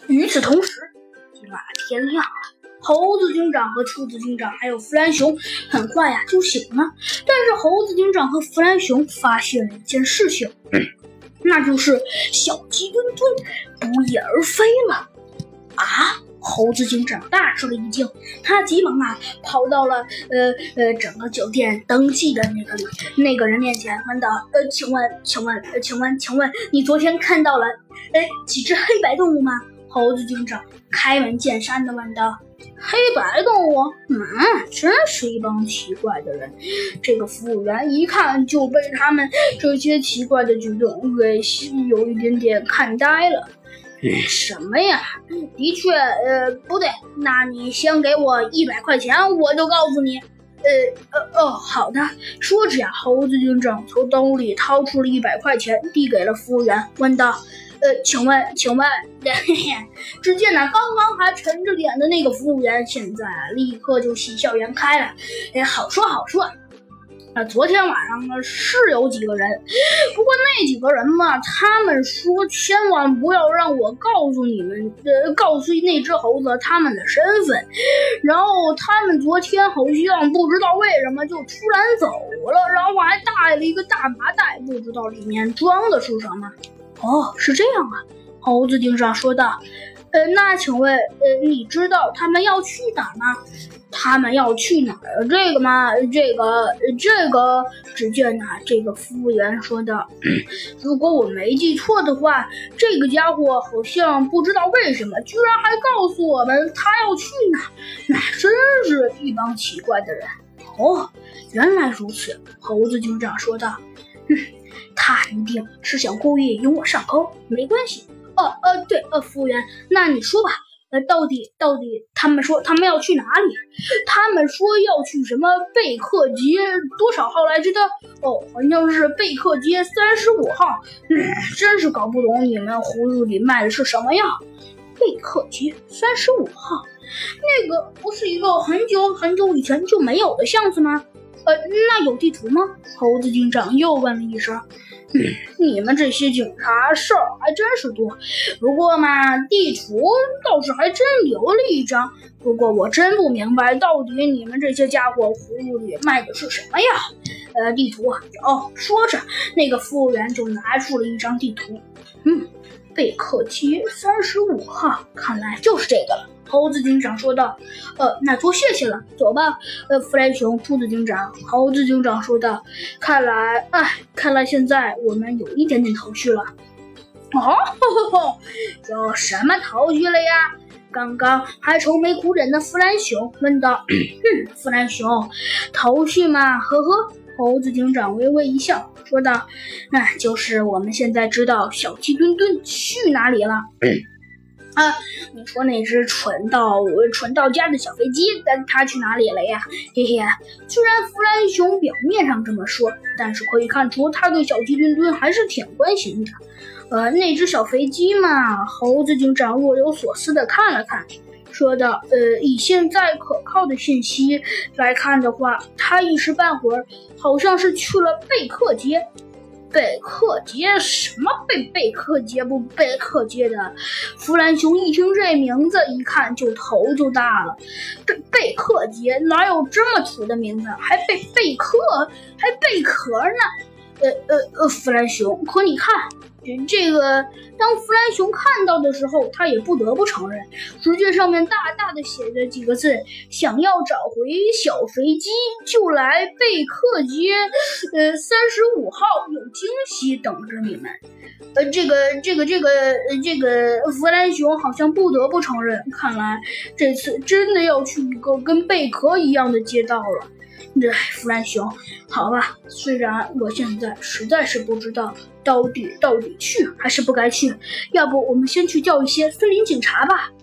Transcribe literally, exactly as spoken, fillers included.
与此同时，天啊，天亮了。猴子警长和兔子警长还有弗兰熊很快呀就醒了，但是猴子警长和弗兰熊发现了一件事情，那就是小鸡墩墩不翼而飞了。啊！猴子警长大吃了一惊，他急忙啊跑到了呃呃整个酒店登记的那个那个人面前，问道：“呃，请问，请问，呃，请问，请问，你昨天看到了呃几只黑白动物吗？”猴子警长开门见山地问道：“黑白动物？嗯，真是一帮奇怪的人。”这个服务员一看就被他们这些奇怪的举动给有一点点看呆了。什么呀？的确，呃，不对，那你先给我一百块钱，我就告诉你。呃呃哦，好的。说着呀，猴子警长从兜里掏出了一百块钱，递给了服务员，问道：“呃，请问，请问？”嘿嘿，只见呢，刚刚还沉着脸的那个服务员，现在啊，立刻就喜笑颜开了。哎，好说好说。啊，昨天晚上呢是有几个人，不过那几个人嘛，他们说千万不要让我告诉你们，呃，告诉那只猴子他们的身份。然后他们昨天好像不知道为什么就突然走了，然后还带了一个大麻袋，不知道里面装的是什么。哦，是这样啊，猴子警长说道。呃，那请问，呃，你知道他们要去哪儿吗？他们要去哪儿？这个嘛，这个，这个，只见呢，这个服务员说道：“如果我没记错的话，这个家伙好像不知道为什么，居然还告诉我们他要去哪儿，那真是一帮奇怪的人。”哦，原来如此，猴子警长说道：“嗯，他一定是想故意引我上钩，没关系。”哦呃对呃服务员，那你说吧，呃到底到底他们说他们要去哪里？他们说要去什么贝克街多少号来着的？哦，好像是贝克街三十五号。嗯，真是搞不懂你们葫芦里卖的是什么呀？贝克街三十五号，那个不是一个很久很久以前就没有的巷子吗？呃，那有地图吗？猴子警长又问了一声。嗯，你们这些警察事儿还真是多，不过嘛，地图倒是还真留了一张。不过我真不明白，到底你们这些家伙葫芦里卖的是什么呀？呃，地图哦，说着，那个服务员就拿出了一张地图。嗯，贝克街三十五号，看来就是这个了。猴子警长说道：“呃，那多谢谢了，走吧。”呃，弗莱熊、兔子警长、猴子警长说道：“看来，哎，看来现在我们有一点点头绪了。”哦，吼吼吼，有什么头绪了呀？刚刚还愁眉苦脸的弗兰熊问道。嗯，弗兰熊，头绪嘛，呵呵。猴子警长微微一笑，说道：“那就是我们现在知道小鸡墩墩去哪里了。”啊，你说那只蠢到蠢到家的小飞机，但它去哪里了呀？嘿嘿，虽然弗兰熊表面上这么说，但是可以看出他对小鸡墩墩还是挺关心的。呃，那只小飞机嘛，猴子警长若有所思地看了看，说道：“呃，以现在可靠的信息来看的话，他一时半会儿好像是去了贝克街。”贝克街？什么贝贝克街不贝克街的？弗兰熊一听这名字，一看就头就大了。贝贝克街哪有这么土的名字？还贝贝克，还贝壳呢？呃呃呃，弗兰熊，可你看。这个当弗兰熊看到的时候，他也不得不承认，只见上面大大的写着几个字：想要找回小飞机，就来贝克街，呃，三十五号有惊喜等着你们。呃，这个这个这个这个弗兰熊好像不得不承认，看来这次真的要去一个跟贝壳一样的街道了。对，弗兰熊，好吧，虽然我现在实在是不知道到底到底去还是不该去，要不我们先去叫一些森林警察吧。